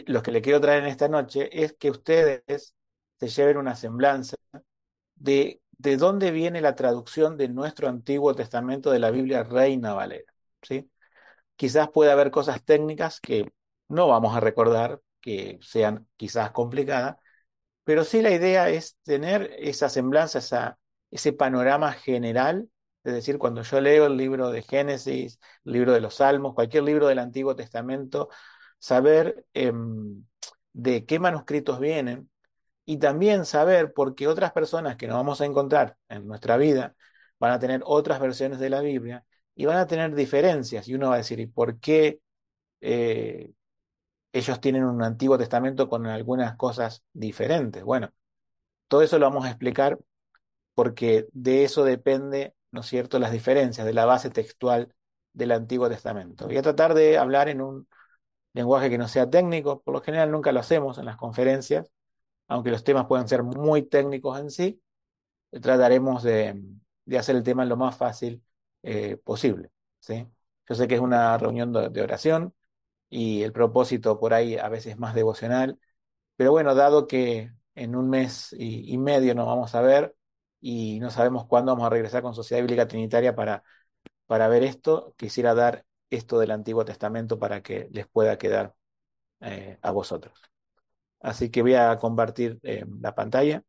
lo que le quiero traer en esta noche es que ustedes se lleven una semblanza de dónde viene la traducción de nuestro Antiguo Testamento de la Biblia Reina Valera, ¿sí? Quizás pueda haber cosas técnicas que no vamos a recordar, que sean quizás complicadas, pero sí la idea es tener esa semblanza, ese panorama general, es decir, cuando yo leo el libro de Génesis, el libro de los Salmos, cualquier libro del Antiguo Testamento, saber de qué manuscritos vienen y también saber por qué otras personas que nos vamos a encontrar en nuestra vida van a tener otras versiones de la Biblia y van a tener diferencias. Y uno va a decir, ¿y por qué eh, ellos tienen un Antiguo Testamento con algunas cosas diferentes? Bueno, todo eso lo vamos a explicar porque de eso depende, ¿no es cierto?, las diferencias de la base textual del Antiguo Testamento. Voy a tratar de hablar en un lenguaje que no sea técnico, por lo general nunca lo hacemos en las conferencias, aunque los temas puedan ser muy técnicos en sí, trataremos de hacer el tema lo más fácil posible, ¿sí? Yo sé que es una reunión de oración y el propósito por ahí a veces es más devocional, pero bueno, dado que en un mes y medio nos vamos a ver y no sabemos cuándo vamos a regresar con Sociedad Bíblica Trinitaria para ver esto, quisiera dar esto del Antiguo Testamento para que les pueda quedar a vosotros. Así que voy a compartir la pantalla.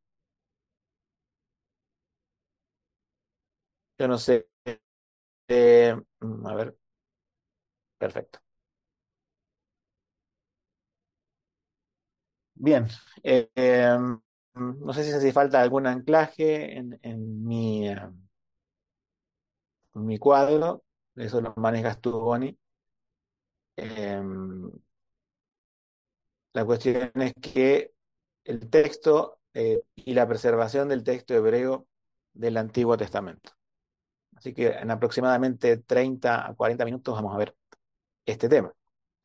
Yo no sé, a ver, perfecto. Bien, no sé si hace falta algún anclaje en mi cuadro, eso lo manejas tú, Bonnie. Eh, la cuestión es que el texto y la preservación del texto hebreo del Antiguo Testamento. Así que en aproximadamente 30 a 40 minutos vamos a ver este tema.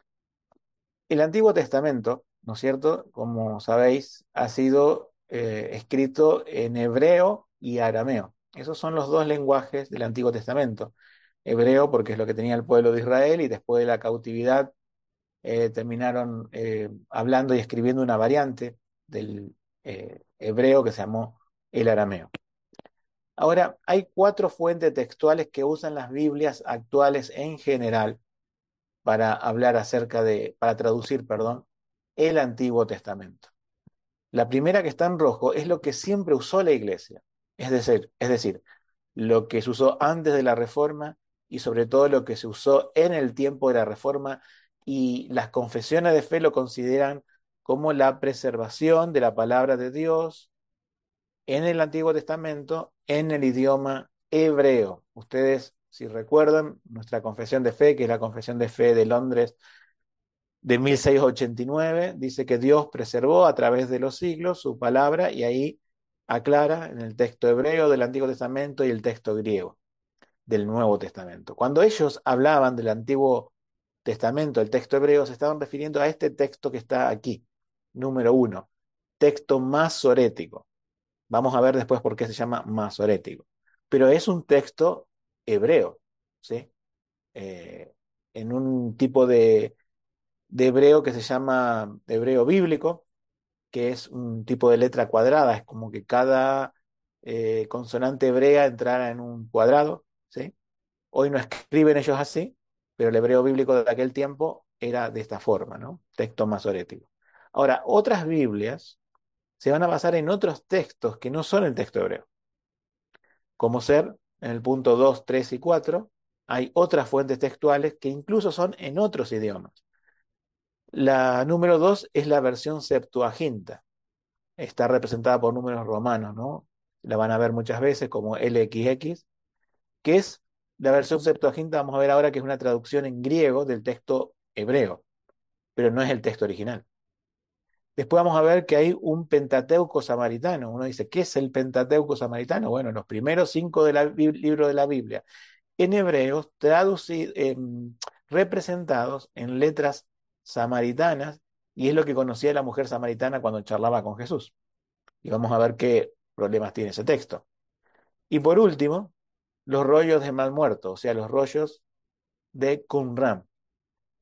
El Antiguo Testamento, ¿no es cierto? Como sabéis, ha sido escrito en hebreo y arameo. Esos son los dos lenguajes del Antiguo Testamento. Hebreo porque es lo que tenía el pueblo de Israel y después de la cautividad terminaron hablando y escribiendo una variante del hebreo que se llamó el arameo. Ahora, hay cuatro fuentes textuales que usan las Biblias actuales en general para hablar para traducir, perdón, el Antiguo Testamento. La primera que está en rojo es lo que siempre usó la iglesia, es decir, lo que se usó antes de la Reforma y sobre todo lo que se usó en el tiempo de la Reforma y las confesiones de fe lo consideran como la preservación de la palabra de Dios en el Antiguo Testamento en el idioma hebreo. Ustedes, si recuerdan, nuestra confesión de fe, que es la confesión de fe de Londres de 1689 dice que Dios preservó a través de los siglos su palabra y ahí aclara en el texto hebreo del Antiguo Testamento y el texto griego del Nuevo Testamento. Cuando ellos hablaban del Antiguo Testamento, el texto hebreo, se estaban refiriendo a este texto que está aquí, número uno, texto masorético. Vamos a ver después por qué se llama masorético. Pero es un texto hebreo, ¿sí? Eh, en un tipo de hebreo que se llama hebreo bíblico, que es un tipo de letra cuadrada, es como que cada consonante hebrea entrara en un cuadrado, ¿sí? Hoy no escriben ellos así, pero el hebreo bíblico de aquel tiempo era de esta forma, ¿no? Texto masorético. Ahora, otras Biblias se van a basar en otros textos que no son el texto hebreo, como ser en el punto 2 3 y 4 hay otras fuentes textuales que incluso son en otros idiomas. La número 2 es la versión Septuaginta. Está representada por números romanos, ¿no? La van a ver muchas veces como LXX, que es la versión Septuaginta, vamos a ver ahora que es una traducción en griego del texto hebreo, pero no es el texto original. Después vamos a ver que hay un Pentateuco samaritano. Uno dice, ¿qué es el Pentateuco samaritano? Bueno, los primeros cinco libros de la Biblia en hebreos, representados en letras samaritanas, y es lo que conocía la mujer samaritana cuando charlaba con Jesús. Y vamos a ver qué problemas tiene ese texto. Y por último, los rollos de mal muerto, o sea, los rollos de Qumran.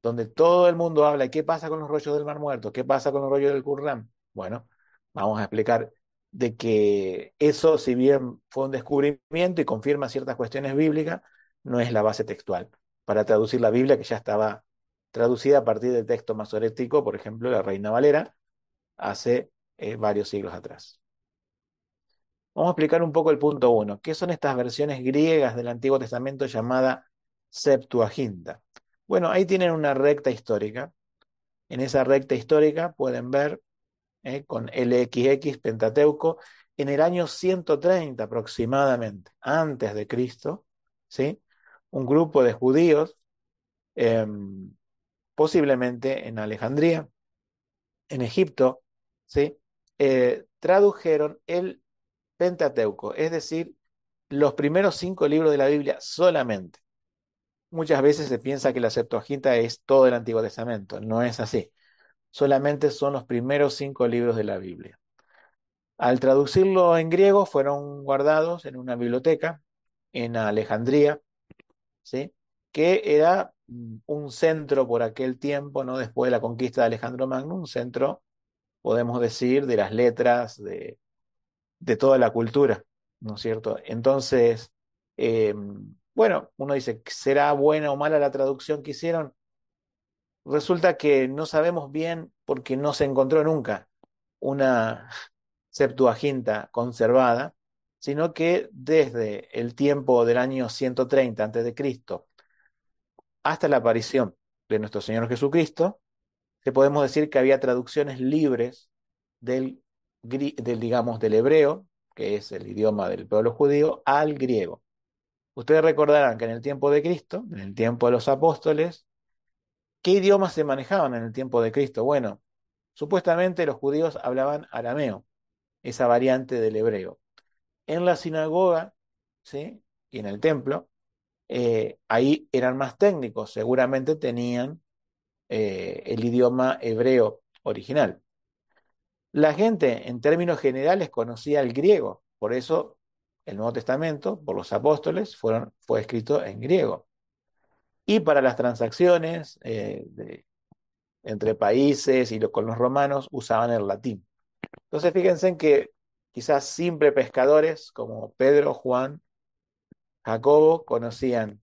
donde todo el mundo habla, ¿qué pasa con los rollos del Mar Muerto? ¿Qué pasa con los rollos del Qur'án? Bueno, vamos a explicar de que eso, si bien fue un descubrimiento y confirma ciertas cuestiones bíblicas, no es la base textual para traducir la Biblia, que ya estaba traducida a partir del texto masorético, por ejemplo, la Reina Valera, hace varios siglos atrás. Vamos a explicar un poco el punto uno. ¿Qué son estas versiones griegas del Antiguo Testamento llamada Septuaginta? Bueno, ahí tienen una recta histórica. En esa recta histórica pueden ver con LXX Pentateuco en el año 130 aproximadamente, antes de Cristo, ¿sí? Un grupo de judíos, eh, posiblemente en Alejandría, en Egipto, ¿sí? Tradujeron el Pentateuco, es decir, los primeros 5 libros de la Biblia solamente. Muchas veces se piensa que la Septuaginta es todo el Antiguo Testamento. No es así. Solamente son los primeros 5 libros de la Biblia. Al traducirlo en griego, fueron guardados en una biblioteca en Alejandría, ¿sí? Que era un centro por aquel tiempo, ¿no? Después de la conquista de Alejandro Magno, un centro, podemos decir, de las letras, de toda la cultura, ¿no es cierto? Entonces, eh, bueno, uno dice, ¿será buena o mala la traducción que hicieron? Resulta que no sabemos bien porque no se encontró nunca una Septuaginta conservada, sino que desde el tiempo del año 130 antes de Cristo hasta la aparición de nuestro Señor Jesucristo, que podemos decir que había traducciones libres digamos, del hebreo, que es el idioma del pueblo judío, al griego. Ustedes recordarán que en el tiempo de Cristo, en el tiempo de los apóstoles, ¿qué idiomas se manejaban en el tiempo de Cristo? Bueno, supuestamente los judíos hablaban arameo, esa variante del hebreo. En la sinagoga, ¿sí? Y en el templo, ahí eran más técnicos, seguramente tenían el idioma hebreo original. La gente, en términos generales, conocía el griego, por eso el Nuevo Testamento, por los apóstoles, fue escrito en griego. Y para las transacciones entre países y con los romanos usaban el latín. Entonces fíjense en que quizás simples pescadores como Pedro, Juan, Jacobo conocían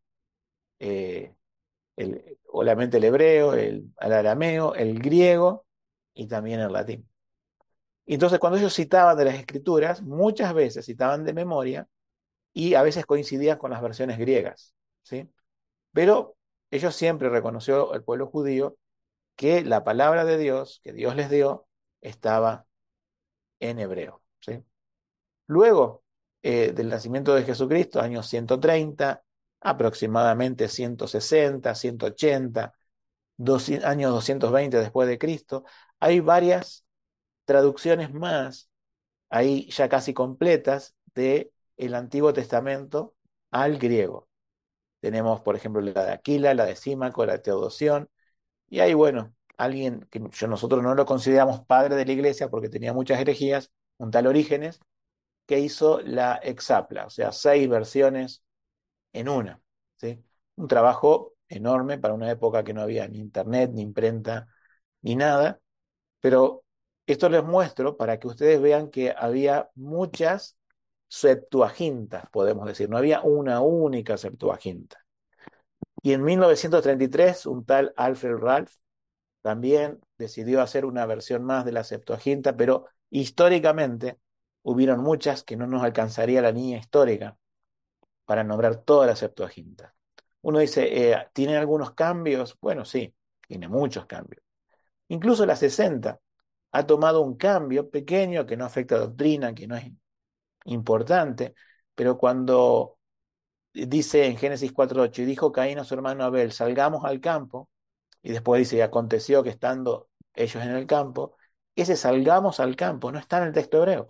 obviamente el hebreo, el arameo, el griego y también el latín. Entonces, cuando ellos citaban de las escrituras, muchas veces citaban de memoria y a veces coincidían con las versiones griegas, ¿sí? Pero ellos siempre reconoció el pueblo judío que la palabra de Dios, que Dios les dio, estaba en hebreo, ¿sí? Luego del nacimiento de Jesucristo, años 130, aproximadamente 160, 180, años 220 después de Cristo, hay varias traducciones más, ahí ya casi completas, de el Antiguo Testamento al griego. Tenemos, por ejemplo, la de Aquila, la de Símaco, la de Teodosión, y ahí, bueno, alguien que nosotros no lo consideramos padre de la iglesia porque tenía muchas herejías, un tal Orígenes, que hizo la Hexapla, o sea, 6 versiones en una, ¿sí? Un trabajo enorme para una época que no había ni internet, ni imprenta, ni nada, pero esto les muestro para que ustedes vean que había muchas Septuagintas, podemos decir, no había una única Septuaginta. Y en 1933, un tal Alfred Ralph también decidió hacer una versión más de la Septuaginta, pero históricamente hubieron muchas que no nos alcanzaría la niña histórica para nombrar toda la Septuaginta. Uno dice, ¿tiene algunos cambios? Bueno, sí, tiene muchos cambios. Incluso la 60 ha tomado un cambio pequeño que no afecta a doctrina, que no es importante, pero cuando dice en Génesis 4:8, y dijo Caín a su hermano Abel, salgamos al campo, y después dice, y aconteció que estando ellos en el campo, ese salgamos al campo no está en el texto hebreo.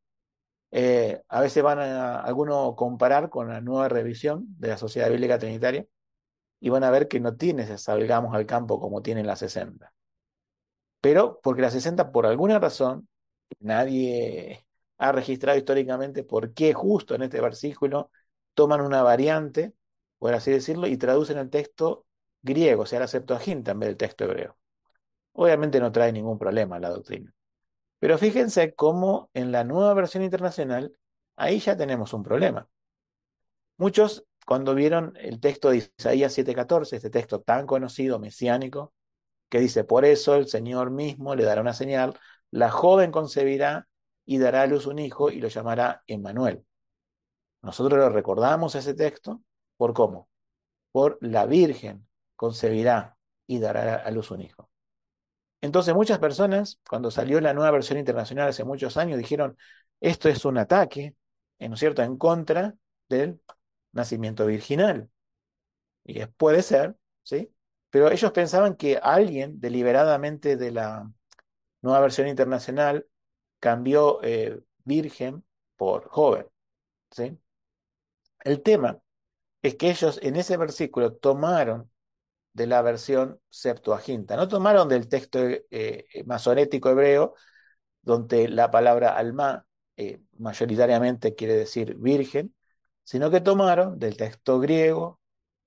A veces van a algunos comparar con la nueva revisión de la Sociedad Bíblica Trinitaria y van a ver que no tiene ese salgamos al campo como tiene la 60. Pero porque la 60 por alguna razón, nadie ha registrado históricamente por qué justo en este versículo toman una variante, por así decirlo, y traducen el texto griego, o sea, la Septuaginta en vez del texto hebreo. Obviamente no trae ningún problema la doctrina. Pero fíjense cómo en la nueva versión internacional, ahí ya tenemos un problema. Muchos, cuando vieron el texto de Isaías 7:14, este texto tan conocido, mesiánico, que dice, por eso el Señor mismo le dará una señal, la joven concebirá y dará a luz un hijo y lo llamará Emmanuel. Nosotros lo recordamos ese texto por cómo, por la Virgen concebirá y dará a luz un hijo. Entonces muchas personas, cuando salió la nueva versión internacional hace muchos años, dijeron, esto es un ataque, ¿no es cierto?, en contra del nacimiento virginal. Y puede ser, ¿sí? Pero ellos pensaban que alguien deliberadamente de la nueva versión internacional cambió virgen por joven, ¿sí? El tema es que ellos en ese versículo tomaron de la versión Septuaginta, no tomaron del texto masorético hebreo, donde la palabra alma mayoritariamente quiere decir virgen, sino que tomaron del texto griego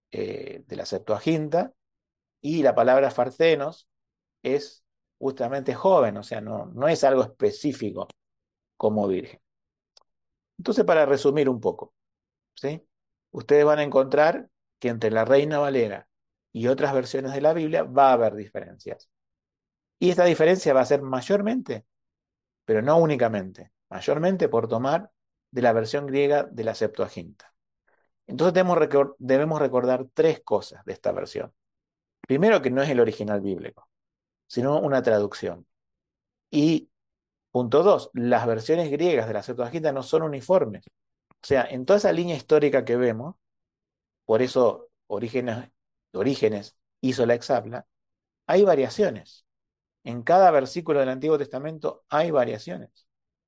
de la Septuaginta, y la palabra farcenos es justamente joven, o sea, no es algo específico como virgen. Entonces, para resumir un poco, ¿sí? Ustedes van a encontrar que entre la Reina Valera y otras versiones de la Biblia va a haber diferencias. Y esta diferencia va a ser mayormente, pero no únicamente, mayormente por tomar de la versión griega de la Septuaginta. Entonces debemos recordar tres cosas de esta versión. Primero, que no es el original bíblico, sino una traducción. Y punto dos, las versiones griegas de la Septuaginta no son uniformes. O sea, en toda esa línea histórica que vemos, por eso Orígenes hizo la Exapla, hay variaciones. En cada versículo del Antiguo Testamento hay variaciones.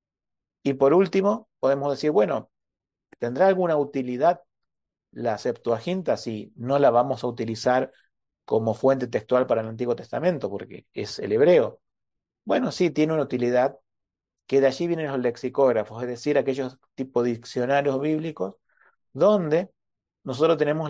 Y por último, podemos decir, bueno, ¿tendrá alguna utilidad la Septuaginta si no la vamos a utilizar como fuente textual para el Antiguo Testamento, porque es el hebreo? Bueno, sí, tiene una utilidad, que de allí vienen los lexicógrafos, es decir, aquellos tipos de diccionarios bíblicos, donde nosotros tenemos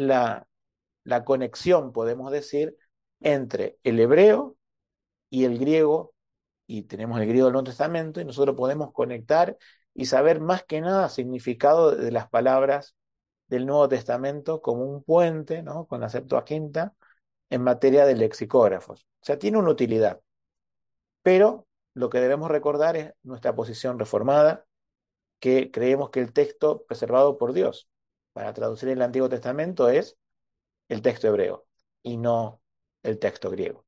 la conexión, podemos decir, entre el hebreo y el griego, y tenemos el griego del Nuevo Testamento, y nosotros podemos conectar y saber más que nada significado de las palabras del Nuevo Testamento como un puente, ¿no?, con la Septuaginta en materia de lexicógrafos. O sea, tiene una utilidad, pero lo que debemos recordar es nuestra posición reformada, que creemos que el texto preservado por Dios para traducir el Antiguo Testamento es el texto hebreo y no el texto griego.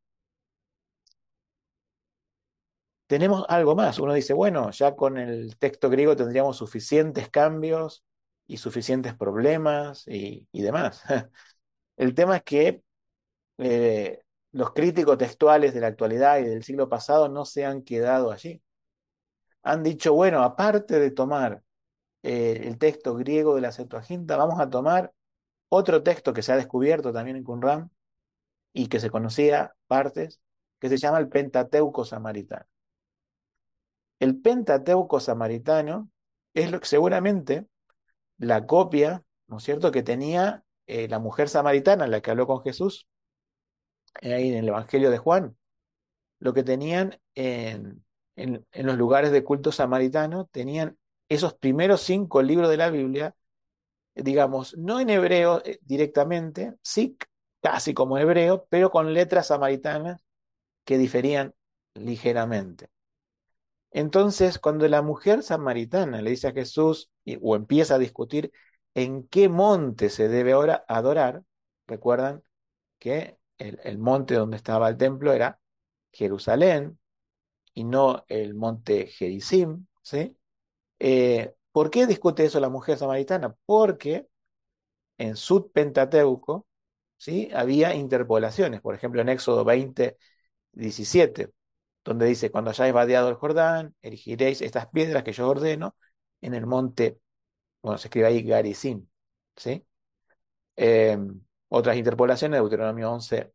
Tenemos algo más. Uno dice, bueno, ya con el texto griego tendríamos suficientes cambios y suficientes problemas y demás. El tema es que eh, los críticos textuales de la actualidad y del siglo pasado no se han quedado allí. Han dicho, bueno, aparte de tomar el texto griego de la Septuaginta, vamos a tomar otro texto que se ha descubierto también en Qumran y que se conocía partes, que se llama el Pentateuco samaritano. El Pentateuco samaritano es seguramente la copia, ¿no es cierto?, que tenía la mujer samaritana, la que habló con Jesús, ahí en el Evangelio de Juan. Lo que tenían en los lugares de culto samaritano, tenían esos primeros 5 libros de la Biblia, digamos, no en hebreo directamente, sí, casi como hebreo, pero con letras samaritanas que diferían ligeramente. Entonces, cuando la mujer samaritana le dice a Jesús o empieza a discutir en qué monte se debe ahora adorar, recuerdan que el monte donde estaba el templo era Jerusalén y no el monte Gerizim, ¿sí? ¿Por qué discute eso la mujer samaritana? Porque en su Pentateuco, ¿sí?, había interpolaciones. Por ejemplo, en Éxodo 20:17, donde dice, cuando hayáis vadeado el Jordán, erigiréis estas piedras que yo ordeno en el monte, bueno, se escribe ahí Garizim, ¿sí? Eh, Otras interpolaciones, Deuteronomio 11,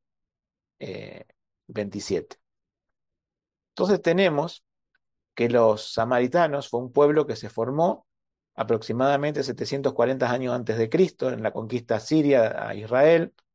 27. Entonces tenemos que los samaritanos fue un pueblo que se formó aproximadamente 740 años antes de Cristo, en la conquista siria a Israel,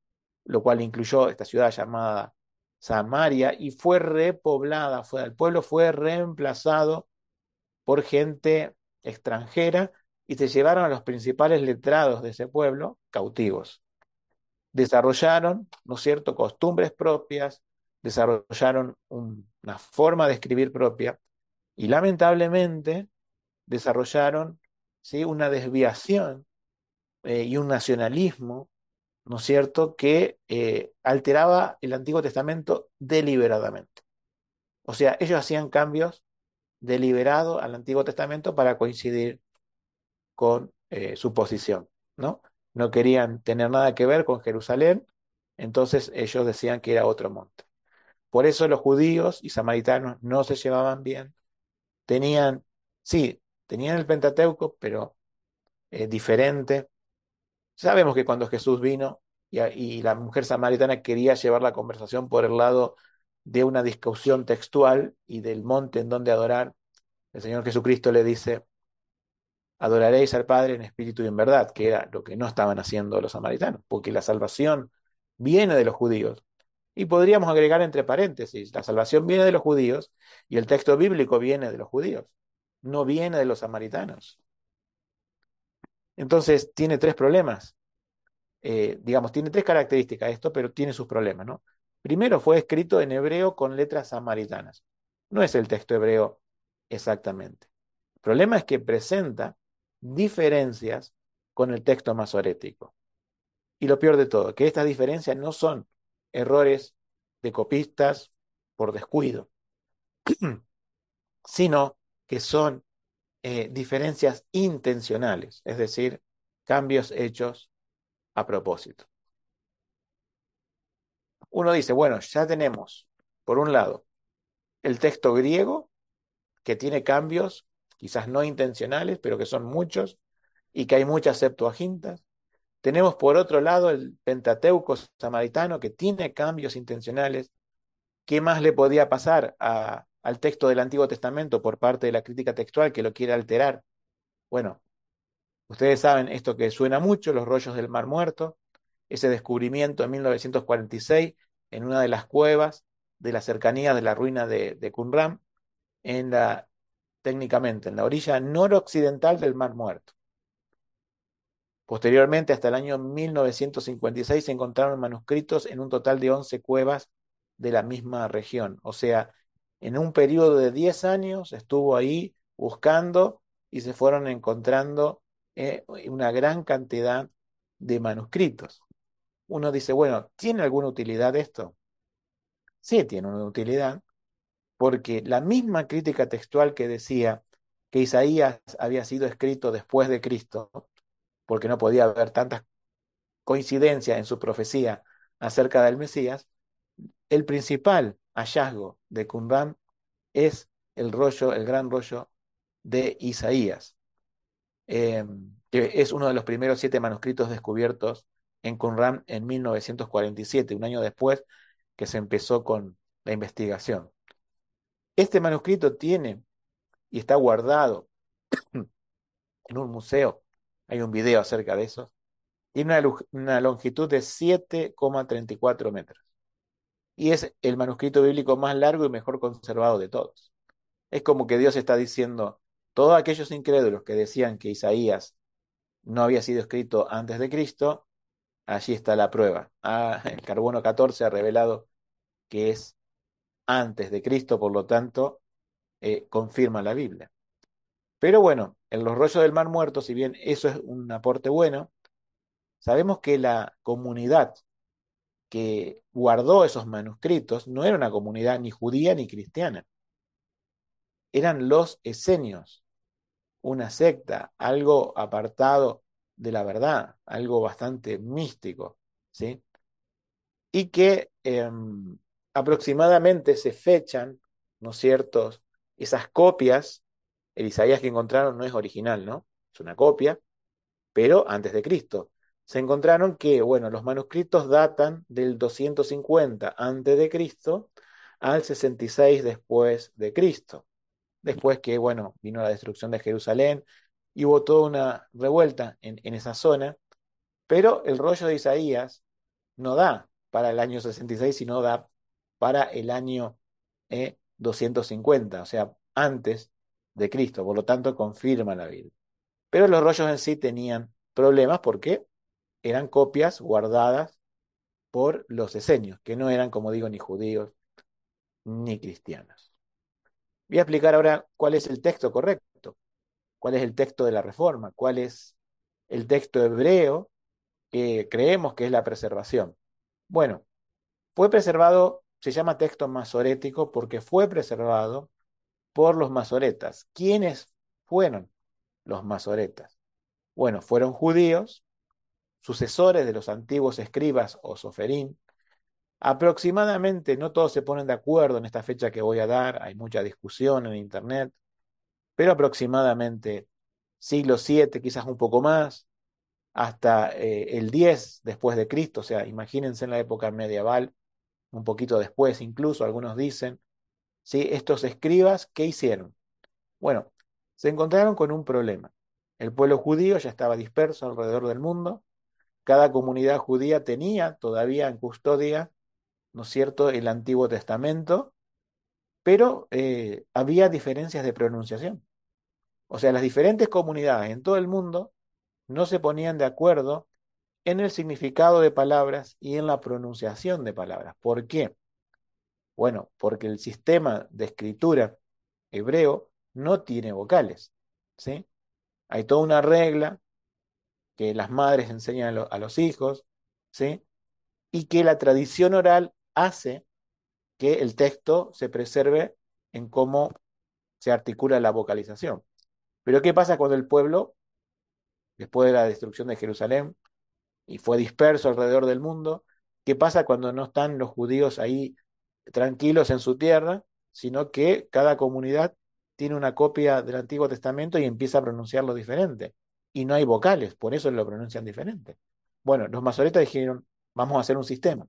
lo cual incluyó esta ciudad llamada Samaria, y fue repoblada, el pueblo fue reemplazado por gente extranjera y se llevaron a los principales letrados de ese pueblo cautivos. Desarrollaron, ¿no es cierto?, costumbres propias, desarrollaron una forma de escribir propia y lamentablemente desarrollaron, ¿sí?, una desviación y un nacionalismo, ¿no es cierto?, que alteraba el Antiguo Testamento deliberadamente. O sea, ellos hacían cambios deliberados al Antiguo Testamento para coincidir con su posición, ¿no? No querían tener nada que ver con Jerusalén, entonces ellos decían que era otro monte. Por eso los judíos y samaritanos no se llevaban bien. Tenían, sí, tenían el Pentateuco, pero diferente. Sabemos que cuando Jesús vino y la mujer samaritana quería llevar la conversación por el lado de una discusión textual y del monte en donde adorar, el Señor Jesucristo le dice: adoraréis al Padre en espíritu y en verdad, que era lo que no estaban haciendo los samaritanos, porque la salvación viene de los judíos. Y podríamos agregar entre paréntesis, la salvación viene de los judíos y el texto bíblico viene de los judíos, no viene de los samaritanos. Entonces tiene tres problemas. Digamos, tiene tres características esto, pero tiene sus problemas, ¿no? Primero, fue escrito en hebreo con letras samaritanas. No es el texto hebreo exactamente. El problema es que presenta diferencias con el texto masorético. Y lo peor de todo, que estas diferencias no son errores de copistas por descuido, sino que son diferencias intencionales, es decir, cambios hechos a propósito. Uno dice, bueno, ya tenemos, por un lado, el texto griego, que tiene cambios, quizás no intencionales, pero que son muchos, y que hay muchas Septuagintas. Tenemos por otro lado el Pentateuco samaritano, que tiene cambios intencionales. ¿Qué más le podía pasar al texto del Antiguo Testamento por parte de la crítica textual que lo quiere alterar? Bueno, ustedes saben esto que suena mucho, los rollos del Mar Muerto, ese descubrimiento en 1946 en una de las cuevas de la cercanía de la ruina de Qumran, técnicamente en la orilla noroccidental del Mar Muerto. Posteriormente, hasta el año 1956, se encontraron manuscritos en un total de 11 cuevas de la misma región. O sea, en un periodo de 10 años estuvo ahí buscando y se fueron encontrando una gran cantidad de manuscritos. Uno dice, bueno, ¿tiene alguna utilidad esto? Sí, tiene una utilidad, porque la misma crítica textual que decía que Isaías había sido escrito después de Cristo, porque no podía haber tantas coincidencias en su profecía acerca del Mesías, el principal hallazgo de Qumran es el rollo, el gran rollo de Isaías, que es uno de los primeros 7 manuscritos descubiertos en Qumran en 1947, un año después que se empezó con la investigación. Este manuscrito tiene y está guardado en un museo, hay un video acerca de eso, tiene una longitud de 7,34 metros y es el manuscrito bíblico más largo y mejor conservado de todos. Es como que Dios está diciendo, todos aquellos incrédulos que decían que Isaías no había sido escrito antes de Cristo, allí está la prueba. El carbono 14 ha revelado que es antes de Cristo, por lo tanto, confirma la Biblia. Pero bueno, en los rollos del Mar Muerto, si bien eso es un aporte bueno, sabemos que la comunidad que guardó esos manuscritos no era una comunidad ni judía ni cristiana. Eran los esenios, una secta, algo apartado de la verdad, algo bastante místico, ¿sí? Y que aproximadamente se fechan, ¿no es cierto?, esas copias. El Isaías que encontraron no es original, ¿no? Es una copia, pero antes de Cristo. Se encontraron que, bueno, los manuscritos datan del 250 antes de Cristo al 66 después de Cristo. Después que, bueno, vino la destrucción de Jerusalén y hubo toda una revuelta en esa zona, pero el rollo de Isaías no da para el año 66, sino da para el año 250, o sea, antes de Cristo. Por lo tanto, confirma la Biblia. Pero los rollos en sí tenían problemas porque eran copias guardadas por los esenios, que no eran, como digo, ni judíos ni cristianos. Voy a explicar ahora cuál es el texto correcto, cuál es el texto de la Reforma, cuál es el texto hebreo que creemos que es la preservación. Bueno, fue preservado, se llama texto masorético porque fue preservado por los masoretas. ¿Quiénes fueron los masoretas? Bueno, fueron judíos, sucesores de los antiguos escribas o soferín. Aproximadamente, no todos se ponen de acuerdo en esta fecha que voy a dar, hay mucha discusión en internet, pero aproximadamente siglo 7, quizás un poco más, hasta el 10 después de Cristo, o sea, imagínense en la época medieval, un poquito después incluso, algunos dicen, ¿sí? Estos escribas, ¿qué hicieron? Bueno, se encontraron con un problema. El pueblo judío ya estaba disperso alrededor del mundo, cada comunidad judía tenía todavía en custodia, ¿no es cierto?, el Antiguo Testamento, pero había diferencias de pronunciación. O sea, las diferentes comunidades en todo el mundo no se ponían de acuerdo en el significado de palabras y en la pronunciación de palabras. ¿Por qué? Bueno, porque el sistema de escritura hebreo no tiene vocales, ¿sí? Hay toda una regla que las madres enseñan a los hijos, ¿sí? Y que la tradición oral hace que el texto se preserve en cómo se articula la vocalización. Pero ¿qué pasa cuando el pueblo, después de la destrucción de Jerusalén, y fue disperso alrededor del mundo? ¿Qué pasa cuando no están los judíos ahí tranquilos en su tierra, sino que cada comunidad tiene una copia del Antiguo Testamento y empieza a pronunciarlo diferente? Y no hay vocales, por eso lo pronuncian diferente. Bueno, los masoretas dijeron, vamos a hacer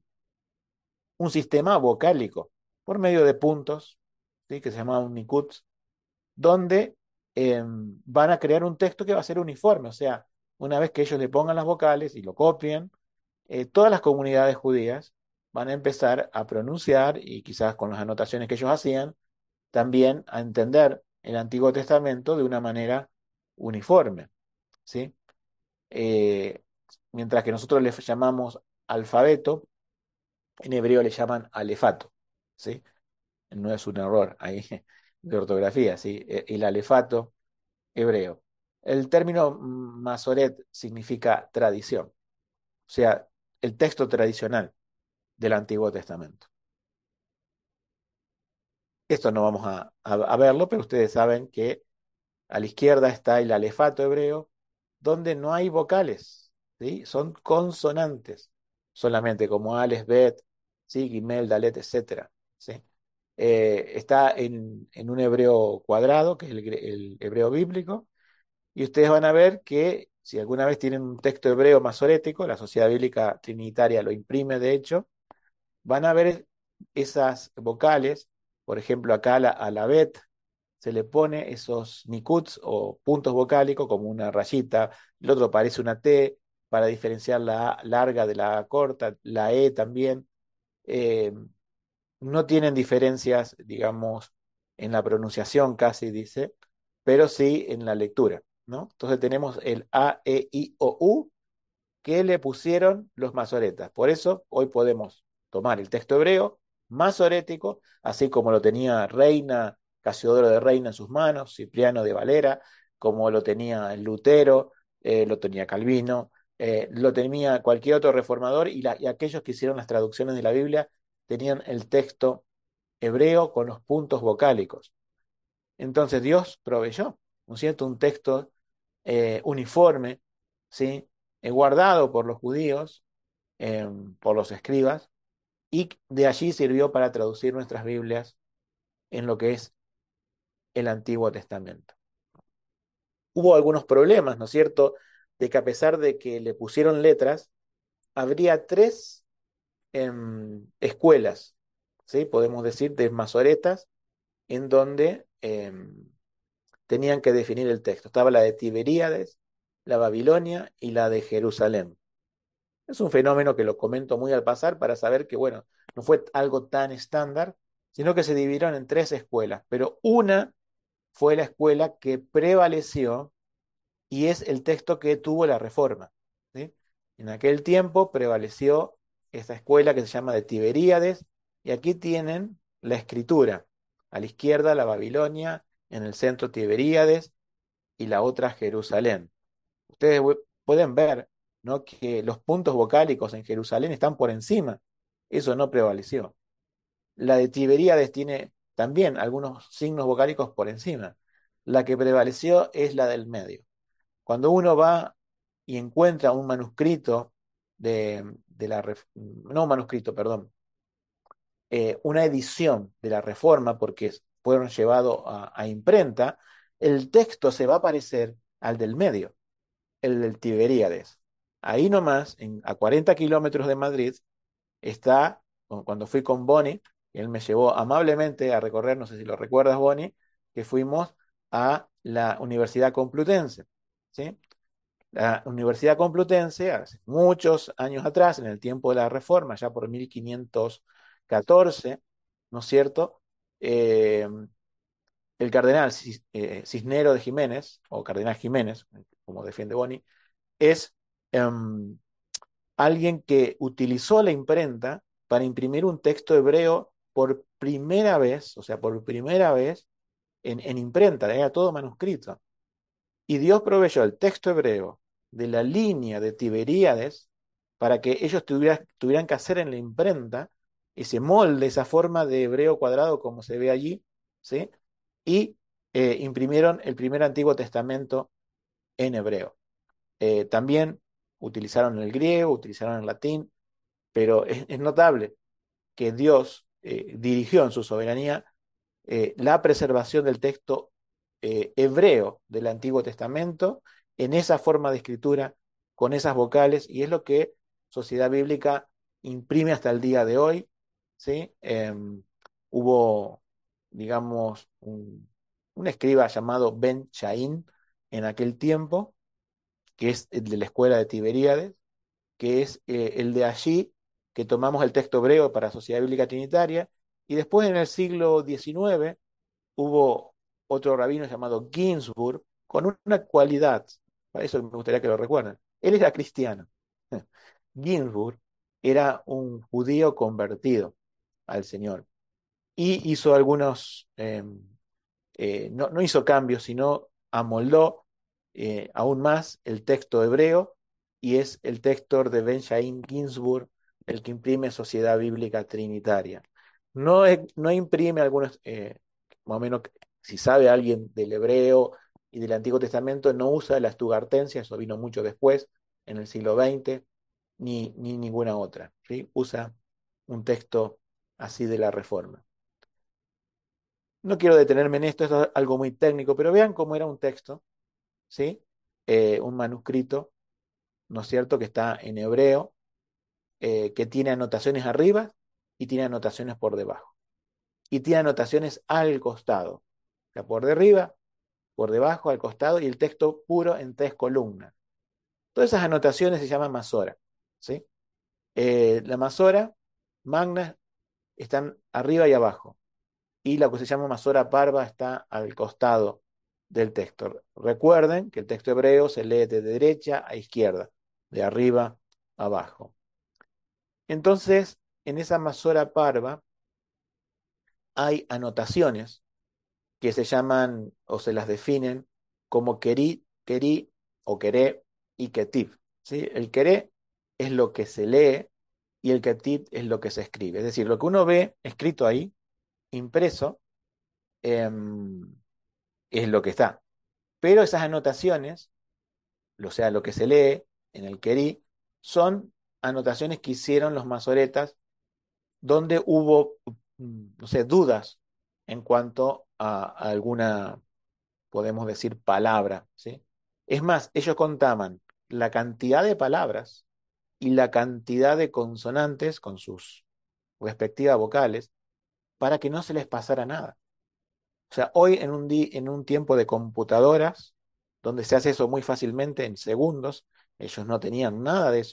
un sistema vocálico, por medio de puntos, ¿sí? Que se llama un nicuts, donde van a crear un texto que va a ser uniforme, o sea, una vez que ellos le pongan las vocales y lo copien, todas las comunidades judías van a empezar a pronunciar y quizás con las anotaciones que ellos hacían, también a entender el Antiguo Testamento de una manera uniforme, ¿sí? Eh, Mientras que nosotros le llamamos alfabeto, en hebreo le llaman alefato, ¿sí? No es un error ahí de ortografía, ¿sí? El alefato hebreo. El término masoret significa tradición, o sea, el texto tradicional del Antiguo Testamento. Esto no vamos a verlo, pero ustedes saben que a la izquierda está el alefato hebreo, donde no hay vocales, ¿sí? Son consonantes, solamente como Ales, Bet, ¿sí? Gimel, Dalet, etcétera, ¿sí? Está en un hebreo cuadrado, que es el hebreo bíblico, y ustedes van a ver que si alguna vez tienen un texto hebreo masorético, la Sociedad Bíblica Trinitaria lo imprime de hecho, van a ver esas vocales, por ejemplo acá a la bet se le pone esos nikuts o puntos vocálicos como una rayita, el otro parece una T para diferenciar la A larga de la A corta, la E también. Eh, no tienen diferencias, digamos, en la pronunciación casi dice, pero sí en la lectura, ¿no? Entonces tenemos el A, E, I, O, U que le pusieron los masoretas. Por eso hoy podemos tomar el texto hebreo masorético, así como lo tenía Reina, Casiodoro de Reina en sus manos, Cipriano de Valera, como lo tenía Lutero, lo tenía Calvino, lo tenía cualquier otro reformador y aquellos que hicieron las traducciones de la Biblia tenían el texto hebreo con los puntos vocálicos. Entonces Dios proveyó, ¿no es cierto?, un texto uniforme, ¿sí? Guardado por los judíos, por los escribas, y de allí sirvió para traducir nuestras Biblias en lo que es el Antiguo Testamento. Hubo algunos problemas, ¿no es cierto?, de que a pesar de que le pusieron letras, habría tres escuelas, ¿sí? Podemos decir, de masoretas, en donde tenían que definir el texto. Estaba la de Tiberíades, la Babilonia y la de Jerusalén. Es un fenómeno que lo comento muy al pasar para saber que, bueno, no fue algo tan estándar, sino que se dividieron en tres escuelas, pero una fue la escuela que prevaleció y es el texto que tuvo la Reforma, ¿sí? En aquel tiempo prevaleció esta escuela que se llama de Tiberíades, y aquí tienen la escritura. A la izquierda la Babilonia, en el centro Tiberíades y la otra Jerusalén. Ustedes pueden ver, ¿no?, que los puntos vocálicos en Jerusalén están por encima. Eso no prevaleció. La de Tiberíades tiene también algunos signos vocálicos por encima. La que prevaleció es la del medio. Cuando uno va y encuentra un manuscrito no un manuscrito, perdón, una edición de la Reforma, porque fueron llevados a imprenta, el texto se va a parecer al del medio, el del Tiberíades. Ahí nomás, a 40 kilómetros de Madrid, está, cuando fui con Bonnie, él me llevó amablemente a recorrer, no sé si lo recuerdas, Bonnie, que fuimos a la Universidad Complutense, ¿sí? La Universidad Complutense, hace muchos años atrás, en el tiempo de la Reforma, ya por 1514, ¿no es cierto? Eh, el cardenal Cisnero de Jiménez, o cardenal Jiménez, como defiende Boni, es alguien que utilizó la imprenta para imprimir un texto hebreo por primera vez, o sea, por primera vez en imprenta, era todo manuscrito. Y Dios proveyó el texto hebreo de la línea de Tiberíades para que ellos tuvieran que hacer en la imprenta ese molde, esa forma de hebreo cuadrado como se ve allí, ¿sí? Y imprimieron el primer Antiguo Testamento en hebreo. También utilizaron el griego, utilizaron el latín, pero es notable que Dios dirigió en su soberanía la preservación del texto hebreo del Antiguo Testamento en esa forma de escritura, con esas vocales, y es lo que Sociedad Bíblica imprime hasta el día de hoy, ¿sí? Hubo, digamos, un escriba llamado Ben Chaín en aquel tiempo, que es el de la escuela de Tiberíades, que es el de allí que tomamos el texto hebreo para Sociedad Bíblica Trinitaria, y después en el siglo XIX hubo otro rabino llamado Ginsburg con una cualidad, para eso me gustaría que lo recuerden. Él era cristiano. Ginsburg era un judío convertido al Señor y hizo algunos, no hizo cambios, sino amoldó aún más el texto hebreo, y es el texto de Benjamin Ginsburg el que imprime Sociedad Bíblica Trinitaria. No imprime algunos, más o menos, si sabe alguien del hebreo y del Antiguo Testamento, no usa la Stuttgartensia, eso vino mucho después, en el siglo XX, ni ninguna otra, ¿sí? Usa un texto así de la Reforma. No quiero detenerme en esto, esto es algo muy técnico, pero vean cómo era un texto, ¿sí? Un manuscrito, ¿no es cierto?, que está en hebreo, que tiene anotaciones arriba y tiene anotaciones por debajo. Y tiene anotaciones al costado, o sea, por de arriba, por debajo, al costado, y el texto puro en 3 columnas. Todas esas anotaciones se llaman masora, ¿sí? La masora magna están arriba y abajo, y la que se llama Masora Parva está al costado del texto. Recuerden que el texto hebreo se lee de derecha a izquierda, de arriba a abajo. Entonces, en esa Masora Parva hay anotaciones que se llaman o se las definen como querí o queré y ketiv, ¿sí? El queré es lo que se lee y el ketiv es lo que se escribe. Es decir, lo que uno ve escrito ahí, impreso, eh, es lo que está. Pero esas anotaciones, o sea, lo que se lee en el querí, son anotaciones que hicieron los masoretas donde hubo, no sé, dudas en cuanto a alguna, podemos decir, palabra, ¿sí? Es más, ellos contaban la cantidad de palabras y la cantidad de consonantes con sus respectivas vocales para que no se les pasara nada. O sea, hoy en un tiempo de computadoras, donde se hace eso muy fácilmente en segundos, ellos no tenían nada de eso,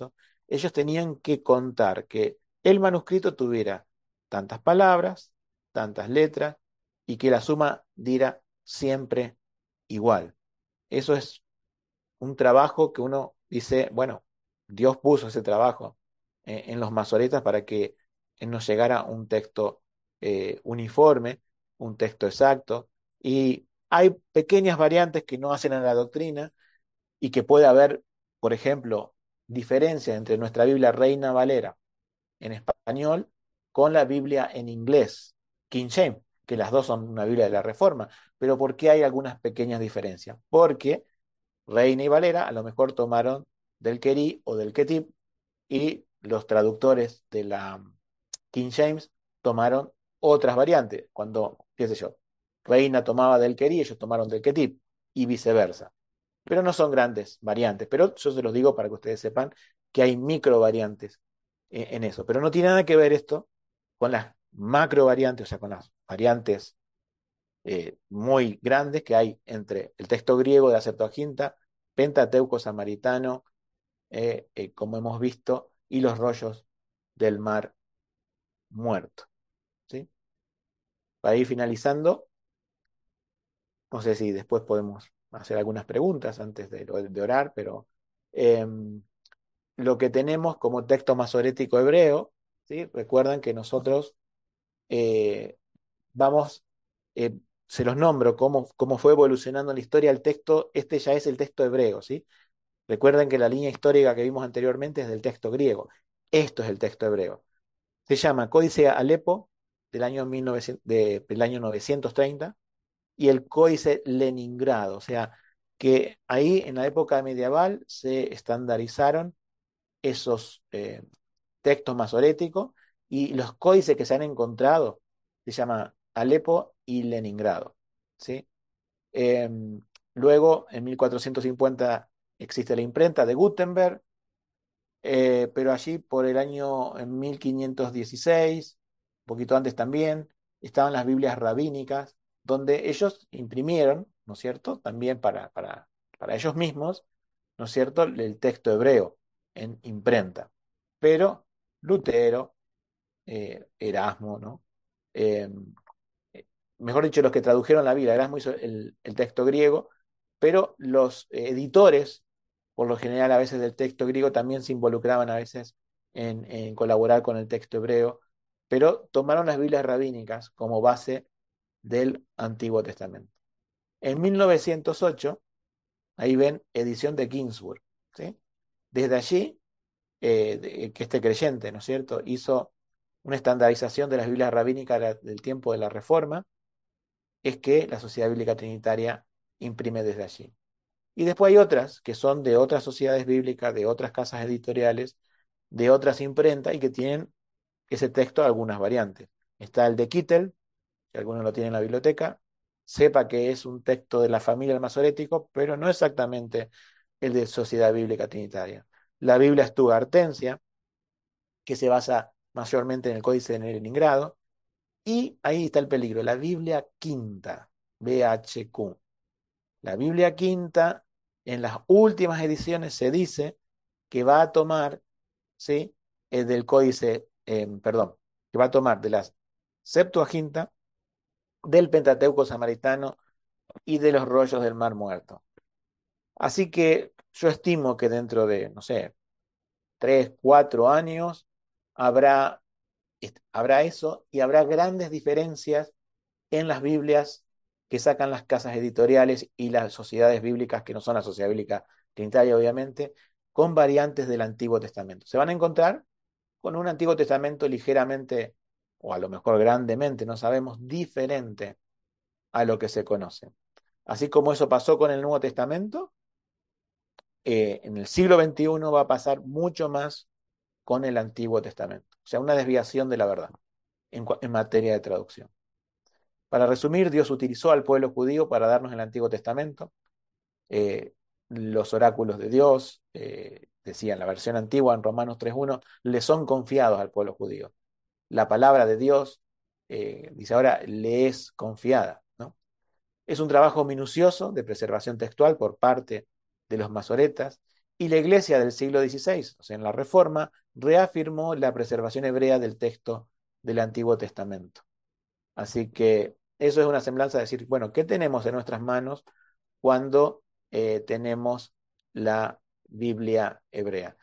ellos tenían que contar que el manuscrito tuviera tantas palabras, tantas letras, y que la suma diera siempre igual. Eso es un trabajo que uno dice, bueno, Dios puso ese trabajo en los masoretas para que nos llegara un texto uniforme, un texto exacto, y hay pequeñas variantes que no hacen a la doctrina y que puede haber, por ejemplo, diferencia entre nuestra Biblia Reina Valera en español con la Biblia en inglés, King James, que las dos son una Biblia de la Reforma, pero ¿por qué hay algunas pequeñas diferencias? Porque Reina y Valera a lo mejor tomaron del Querí o del Ketib y los traductores de la King James tomaron otras variantes. Cuando, qué sé yo, Reina tomaba del Querí, ellos tomaron del Ketib y viceversa. Pero no son grandes variantes. Pero yo se los digo para que ustedes sepan que hay micro variantes en eso. Pero no tiene nada que ver esto con las macro variantes, o sea, con las variantes muy grandes que hay entre el texto griego de la Septuaginta, Pentateuco samaritano, como hemos visto, y los rollos del Mar Muerto. ¿Sí? Para ir finalizando, no sé si después podemos hacer algunas preguntas antes de orar, pero eh, lo que tenemos como texto masorético hebreo, ¿sí? Recuerdan que nosotros eh, vamos, eh, se los nombro, cómo fue evolucionando la historia el texto, este ya es el texto hebreo, ¿sí? Recuerden que la línea histórica que vimos anteriormente es del texto griego. Esto es el texto hebreo. Se llama Códice Alepo del año 930 y el Códice Leningrado. O sea, que ahí en la época medieval se estandarizaron esos textos masoréticos y los códices que se han encontrado se llama Alepo y Leningrado. ¿Sí? Eh, Luego, en 1450 existe la imprenta de Gutenberg, pero allí por el año en 1516, un poquito antes también, estaban las Biblias rabínicas, donde ellos imprimieron, ¿no es cierto?, también para ellos mismos, ¿no es cierto?, el texto hebreo en imprenta. Pero Lutero, Erasmo, ¿no? Eh, Mejor dicho, los que tradujeron la Biblia, Erasmo hizo el texto griego, pero los editores, por lo general a veces del texto griego, también se involucraban a veces en colaborar con el texto hebreo, pero tomaron las Biblias rabínicas como base del Antiguo Testamento. En 1908, ahí ven edición de Ginsburg, ¿sí? Desde allí, que este creyente, ¿no es cierto?, hizo una estandarización de las Biblias rabínicas del tiempo de la Reforma, es que la Sociedad Bíblica Trinitaria imprime desde allí. Y después hay otras que son de otras sociedades bíblicas, de otras casas editoriales, de otras imprentas y que tienen ese texto algunas variantes. Está el de Kittel, si alguno lo tiene en la biblioteca, sepa que es un texto de la familia del masorético, pero no exactamente el de Sociedad Bíblica Trinitaria. La Biblia Stuttgartensia, que se basa mayormente en el Códice de Leningrado, y ahí está el peligro, la Biblia Quinta, BHQ. La Biblia Quinta, en las últimas ediciones se dice que va a tomar, ¿sí? Del códice, perdón, que va a tomar de la Septuaginta, del Pentateuco samaritano y de los rollos del Mar Muerto. Así que yo estimo que dentro de, no sé, 3, 4 años habrá, habrá eso y habrá grandes diferencias en las Biblias que sacan las casas editoriales y las sociedades bíblicas, que no son la sociedad bíblica trinitaria, obviamente, con variantes del Antiguo Testamento. Se van a encontrar con un Antiguo Testamento ligeramente, o a lo mejor grandemente, no sabemos, diferente a lo que se conoce. Así como eso pasó con el Nuevo Testamento, en el siglo XXI va a pasar mucho más con el Antiguo Testamento. O sea, una desviación de la verdad en materia de traducción. Para resumir, Dios utilizó al pueblo judío para darnos el Antiguo Testamento, eh, los oráculos de Dios, decía en la versión antigua, en Romanos 3:1, le son confiados al pueblo judío. La palabra de Dios, dice ahora, le es confiada, ¿no? Es un trabajo minucioso de preservación textual por parte de los masoretas Y la Iglesia del siglo XVI, o sea, en la Reforma, reafirmó la preservación hebrea del texto del Antiguo Testamento. Así que eso es una semblanza de decir, bueno, ¿qué tenemos en nuestras manos cuando tenemos la Biblia hebrea?